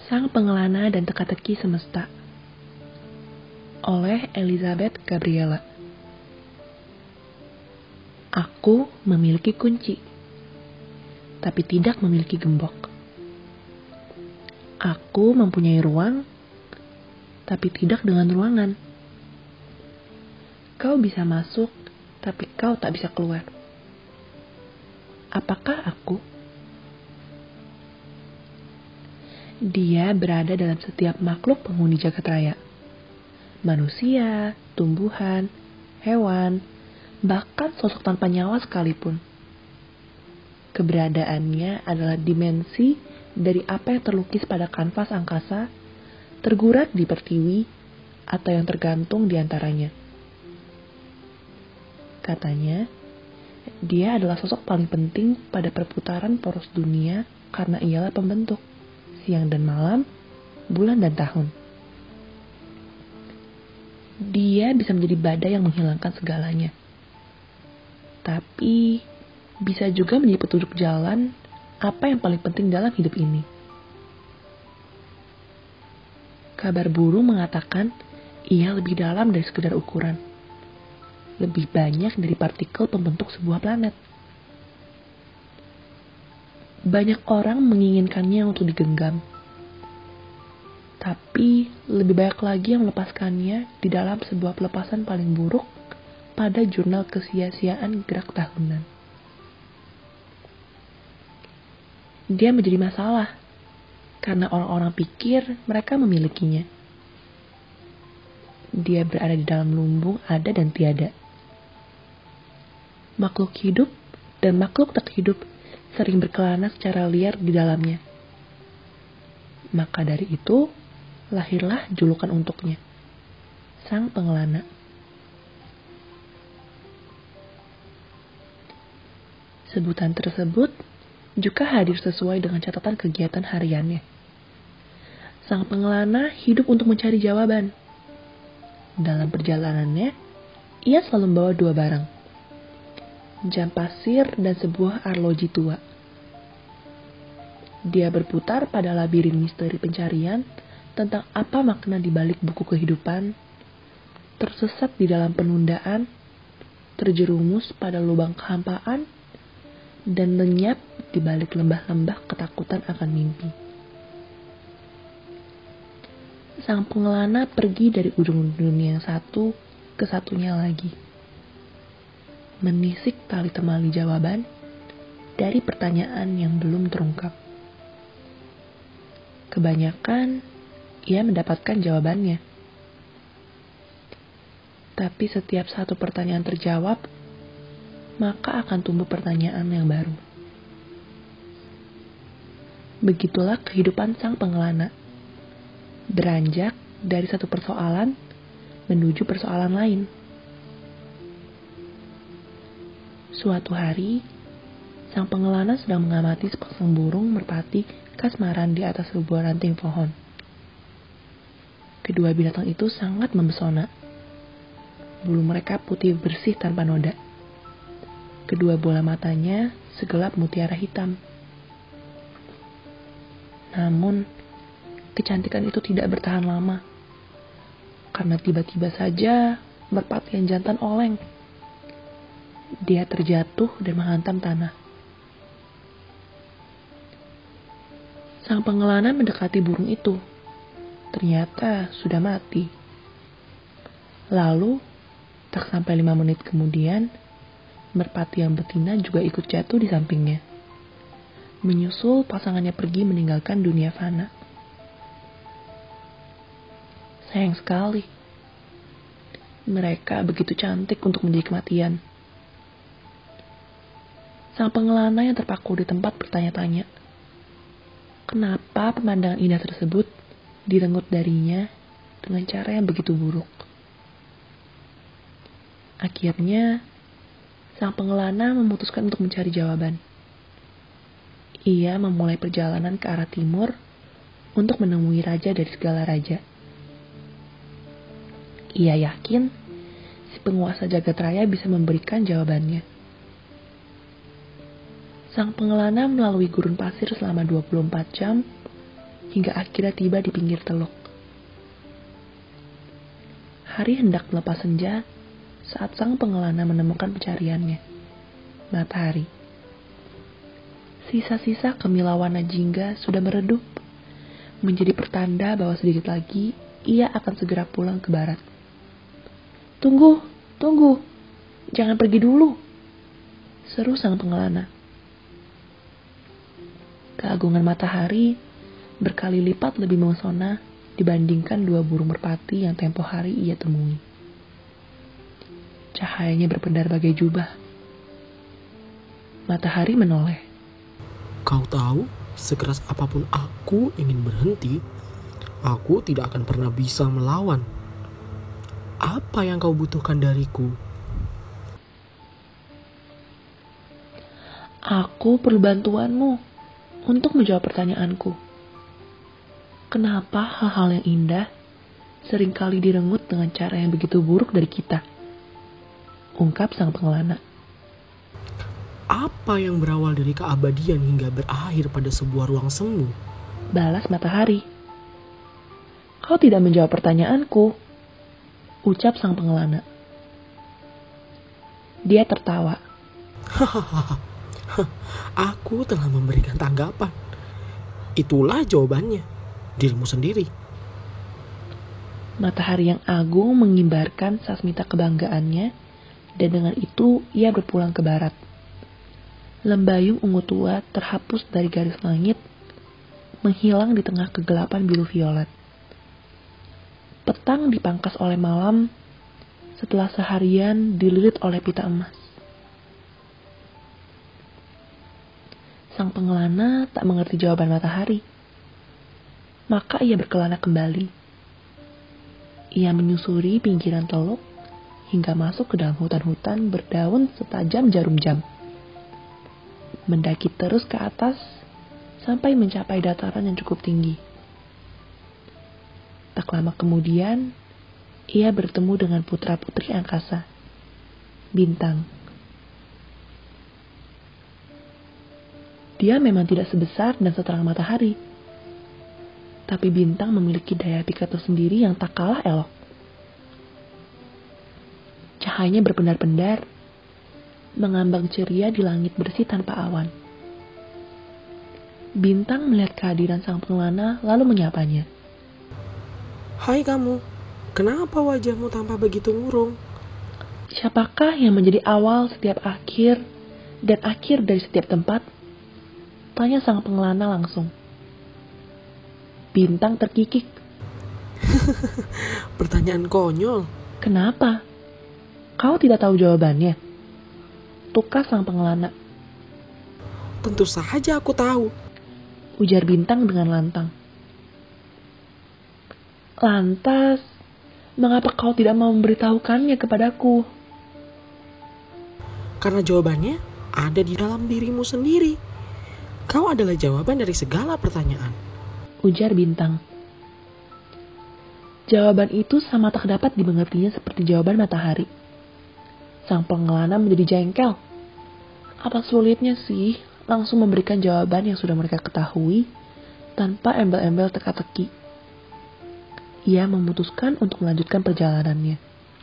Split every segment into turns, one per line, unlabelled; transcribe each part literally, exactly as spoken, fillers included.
Sang Pengelana dan Teka-teki Semesta oleh Elizabeth Gabriela. Aku memiliki kunci, tapi tidak memiliki gembok. Aku mempunyai ruang, tapi tidak dengan ruangan. Kau bisa masuk, tapi kau tak bisa keluar. Apakah aku? Dia berada dalam setiap makhluk penghuni jagat raya. Manusia, tumbuhan, hewan, bahkan sosok tanpa nyawa sekalipun. Keberadaannya adalah dimensi dari apa yang terlukis pada kanvas angkasa, tergurat di pertiwi, atau yang tergantung di antaranya. Katanya, dia adalah sosok paling penting pada perputaran poros dunia karena ialah pembentuk siang dan malam, bulan dan tahun. Dia bisa menjadi badai yang menghilangkan segalanya. Tapi bisa juga menjadi petunjuk jalan apa yang paling penting dalam hidup ini. Kabar burung mengatakan ia lebih dalam dari sekedar ukuran. Lebih banyak dari partikel pembentuk sebuah planet. Banyak orang menginginkannya untuk digenggam. Tapi lebih banyak lagi yang melepaskannya di dalam sebuah pelepasan paling buruk pada jurnal kesia-siaan gerak tahunan. Dia menjadi masalah karena orang-orang pikir mereka memilikinya. Dia berada di dalam lumbung ada dan tiada. Makhluk hidup dan makhluk tak hidup sering berkelana secara liar di dalamnya. Maka dari itu, lahirlah julukan untuknya, Sang Pengelana. Sebutan tersebut juga hadir sesuai dengan catatan kegiatan hariannya. Sang Pengelana hidup untuk mencari jawaban. Dalam perjalanannya, ia selalu membawa dua barang, jam pasir dan sebuah arloji tua. Dia berputar pada labirin misteri pencarian tentang apa makna di balik buku kehidupan, tersesat di dalam penundaan, terjerumus pada lubang kehampaan, dan lenyap di balik lembah-lembah ketakutan akan mimpi. Sang Pengelana pergi dari ujung dunia yang satu ke satunya lagi, menisik tali temali jawaban dari pertanyaan yang belum terungkap. Kebanyakan ia mendapatkan jawabannya. Tapi setiap satu pertanyaan terjawab, maka akan tumbuh pertanyaan yang baru. Begitulah kehidupan Sang Pengelana. Beranjak dari satu persoalan menuju persoalan lain. Suatu hari, Sang Pengelana sedang mengamati sepasang burung merpati kasmaran di atas sebuah ranting pohon. Kedua binatang itu sangat memesona. Bulu mereka putih bersih tanpa noda. Kedua bola matanya segelap mutiara hitam. Namun, kecantikan itu tidak bertahan lama. Karena tiba-tiba saja merpati yang jantan oleng. Dia terjatuh dan menghantam tanah. Sang Pengelana mendekati burung itu. Ternyata sudah mati. Lalu, tak sampai lima menit kemudian, merpati yang betina juga ikut jatuh di sampingnya. Menyusul pasangannya pergi meninggalkan dunia fana. Sayang sekali. Mereka begitu cantik untuk menjadi kematian. Sang Pengelana yang terpaku di tempat bertanya-tanya, kenapa pemandangan indah tersebut direnggut darinya dengan cara yang begitu buruk. Akhirnya, Sang Pengelana memutuskan untuk mencari jawaban. Ia memulai perjalanan ke arah timur untuk menemui raja dari segala raja. Ia yakin si penguasa jagat raya bisa memberikan jawabannya. Sang Pengelana melalui gurun pasir selama dua puluh empat jam hingga akhirnya tiba di pinggir teluk. Hari hendak melepas senja saat sang pengelana menemukan pencariannya, matahari. Sisa-sisa kemilauan Jingga sudah meredup, menjadi pertanda bahwa sedikit lagi ia akan segera pulang ke barat. Tunggu, tunggu, jangan pergi dulu, seru sang pengelana. Keagungan matahari berkali lipat lebih memesona dibandingkan dua burung merpati yang tempo hari ia temui. Cahayanya berpendar bagai jubah. Matahari menoleh.
Kau tahu, sekeras apapun aku ingin berhenti, aku tidak akan pernah bisa melawan. Apa yang kau butuhkan dariku?
Aku perlu bantuanmu untuk menjawab pertanyaanku. Kenapa hal-hal yang indah seringkali direnggut dengan cara yang begitu buruk dari kita? Ungkap sang pengelana.
Apa yang berawal dari keabadian hingga berakhir pada sebuah ruang semu?
Balas matahari. Kau tidak menjawab pertanyaanku, ucap sang pengelana. Dia tertawa.
Hahaha, aku telah memberikan tanggapan. Itulah jawabannya. Dirimu sendiri.
Matahari yang agung mengimbarkan sasmita kebanggaannya, dan dengan itu ia berpulang ke barat. Lembayung ungu tua terhapus dari garis langit, menghilang di tengah kegelapan biru violet. Petang dipangkas oleh malam setelah seharian dililit oleh pita emas. Sang pengelana tak mengerti jawaban matahari. Maka ia berkelana kembali. Ia menyusuri pinggiran teluk hingga masuk ke dalam hutan-hutan berdaun setajam jarum jam. Mendaki terus ke atas sampai mencapai dataran yang cukup tinggi. Tak lama kemudian, ia bertemu dengan putra-putri angkasa, bintang. Dia memang tidak sebesar dan seterang matahari, tapi bintang memiliki daya pikat tersendiri yang tak kalah elok. Cahayanya berpendar-pendar, mengambang ceria di langit bersih tanpa awan. Bintang melihat kehadiran sang pengelana lalu menyapanya.
Hai kamu, kenapa wajahmu tampak begitu murung?
Siapakah yang menjadi awal setiap akhir dan akhir dari setiap tempat? Tanya sang pengelana langsung. Bintang terkikik.
Pertanyaan konyol.
Kenapa? Kau tidak tahu jawabannya? Tukar sang pengelana.
Tentu saja aku tahu,
ujar Bintang dengan lantang. Lantas, mengapa kau tidak mau memberitahukannya kepadaku?
Karena jawabannya ada di dalam dirimu sendiri. Kau adalah jawaban dari segala pertanyaan,
ujar Bintang. Jawaban itu sama tak dapat dimengertinya seperti jawaban matahari. Sang pengelana menjadi jengkel. Apa sulitnya sih langsung memberikan jawaban yang sudah mereka ketahui tanpa embel-embel teka-teki. Ia memutuskan untuk melanjutkan perjalanannya.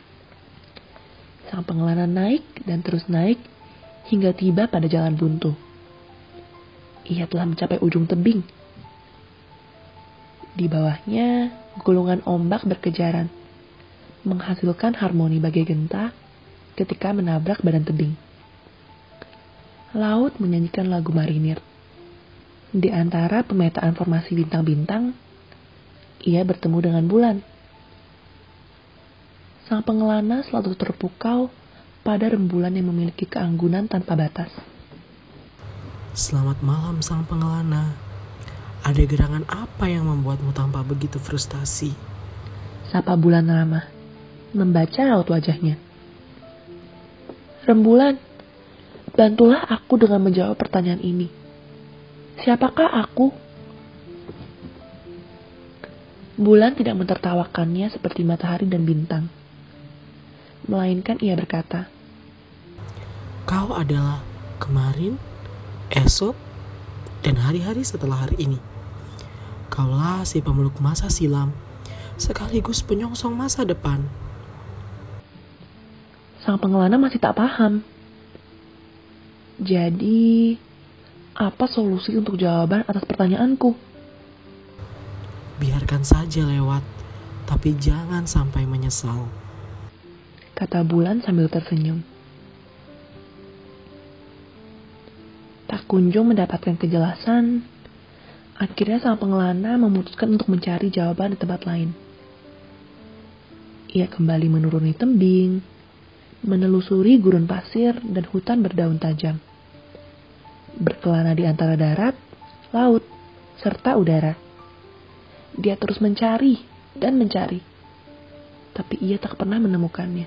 Sang pengelana naik dan terus naik hingga tiba pada jalan buntu. Ia telah mencapai ujung tebing. Di bawahnya, gulungan ombak berkejaran, menghasilkan harmoni bagai genta ketika menabrak badan tebing. Laut menyanyikan lagu marinir. Di antara pemetaan formasi bintang-bintang, ia bertemu dengan bulan. Sang pengelana selalu terpukau pada rembulan yang memiliki keanggunan tanpa batas.
Selamat malam sang pengelana. Ada gerangan apa yang membuatmu tampak begitu frustasi?
Sapa bulan ramah, membaca raut wajahnya. Rembulan, bantulah aku dengan menjawab pertanyaan ini. Siapakah aku? Bulan tidak mentertawakannya seperti matahari dan bintang. Melainkan ia berkata,
Kau adalah kemarin, esok, dan hari-hari setelah hari ini. Kaulah si pemeluk masa silam, sekaligus penyongsong masa depan.
Sang pengelana masih tak paham. Jadi, apa solusi untuk jawaban atas pertanyaanku?
Biarkan saja lewat, tapi jangan sampai menyesal,
Kata bulan sambil tersenyum. Tak kunjung mendapatkan kejelasan, akhirnya sang pengelana memutuskan untuk mencari jawaban di tempat lain. Ia kembali menuruni tebing, menelusuri gurun pasir dan hutan berdaun tajam. Berkelana di antara darat, laut, serta udara. Dia terus mencari dan mencari, tapi ia tak pernah menemukannya.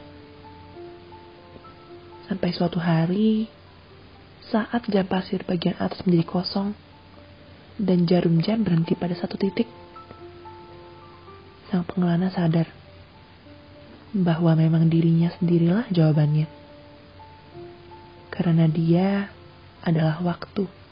Sampai suatu hari, saat jam pasir bagian atas menjadi kosong, dan jarum jam berhenti pada satu titik, sang pengelana sadar bahwa memang dirinya sendirilah jawabannya. Karena dia adalah waktu.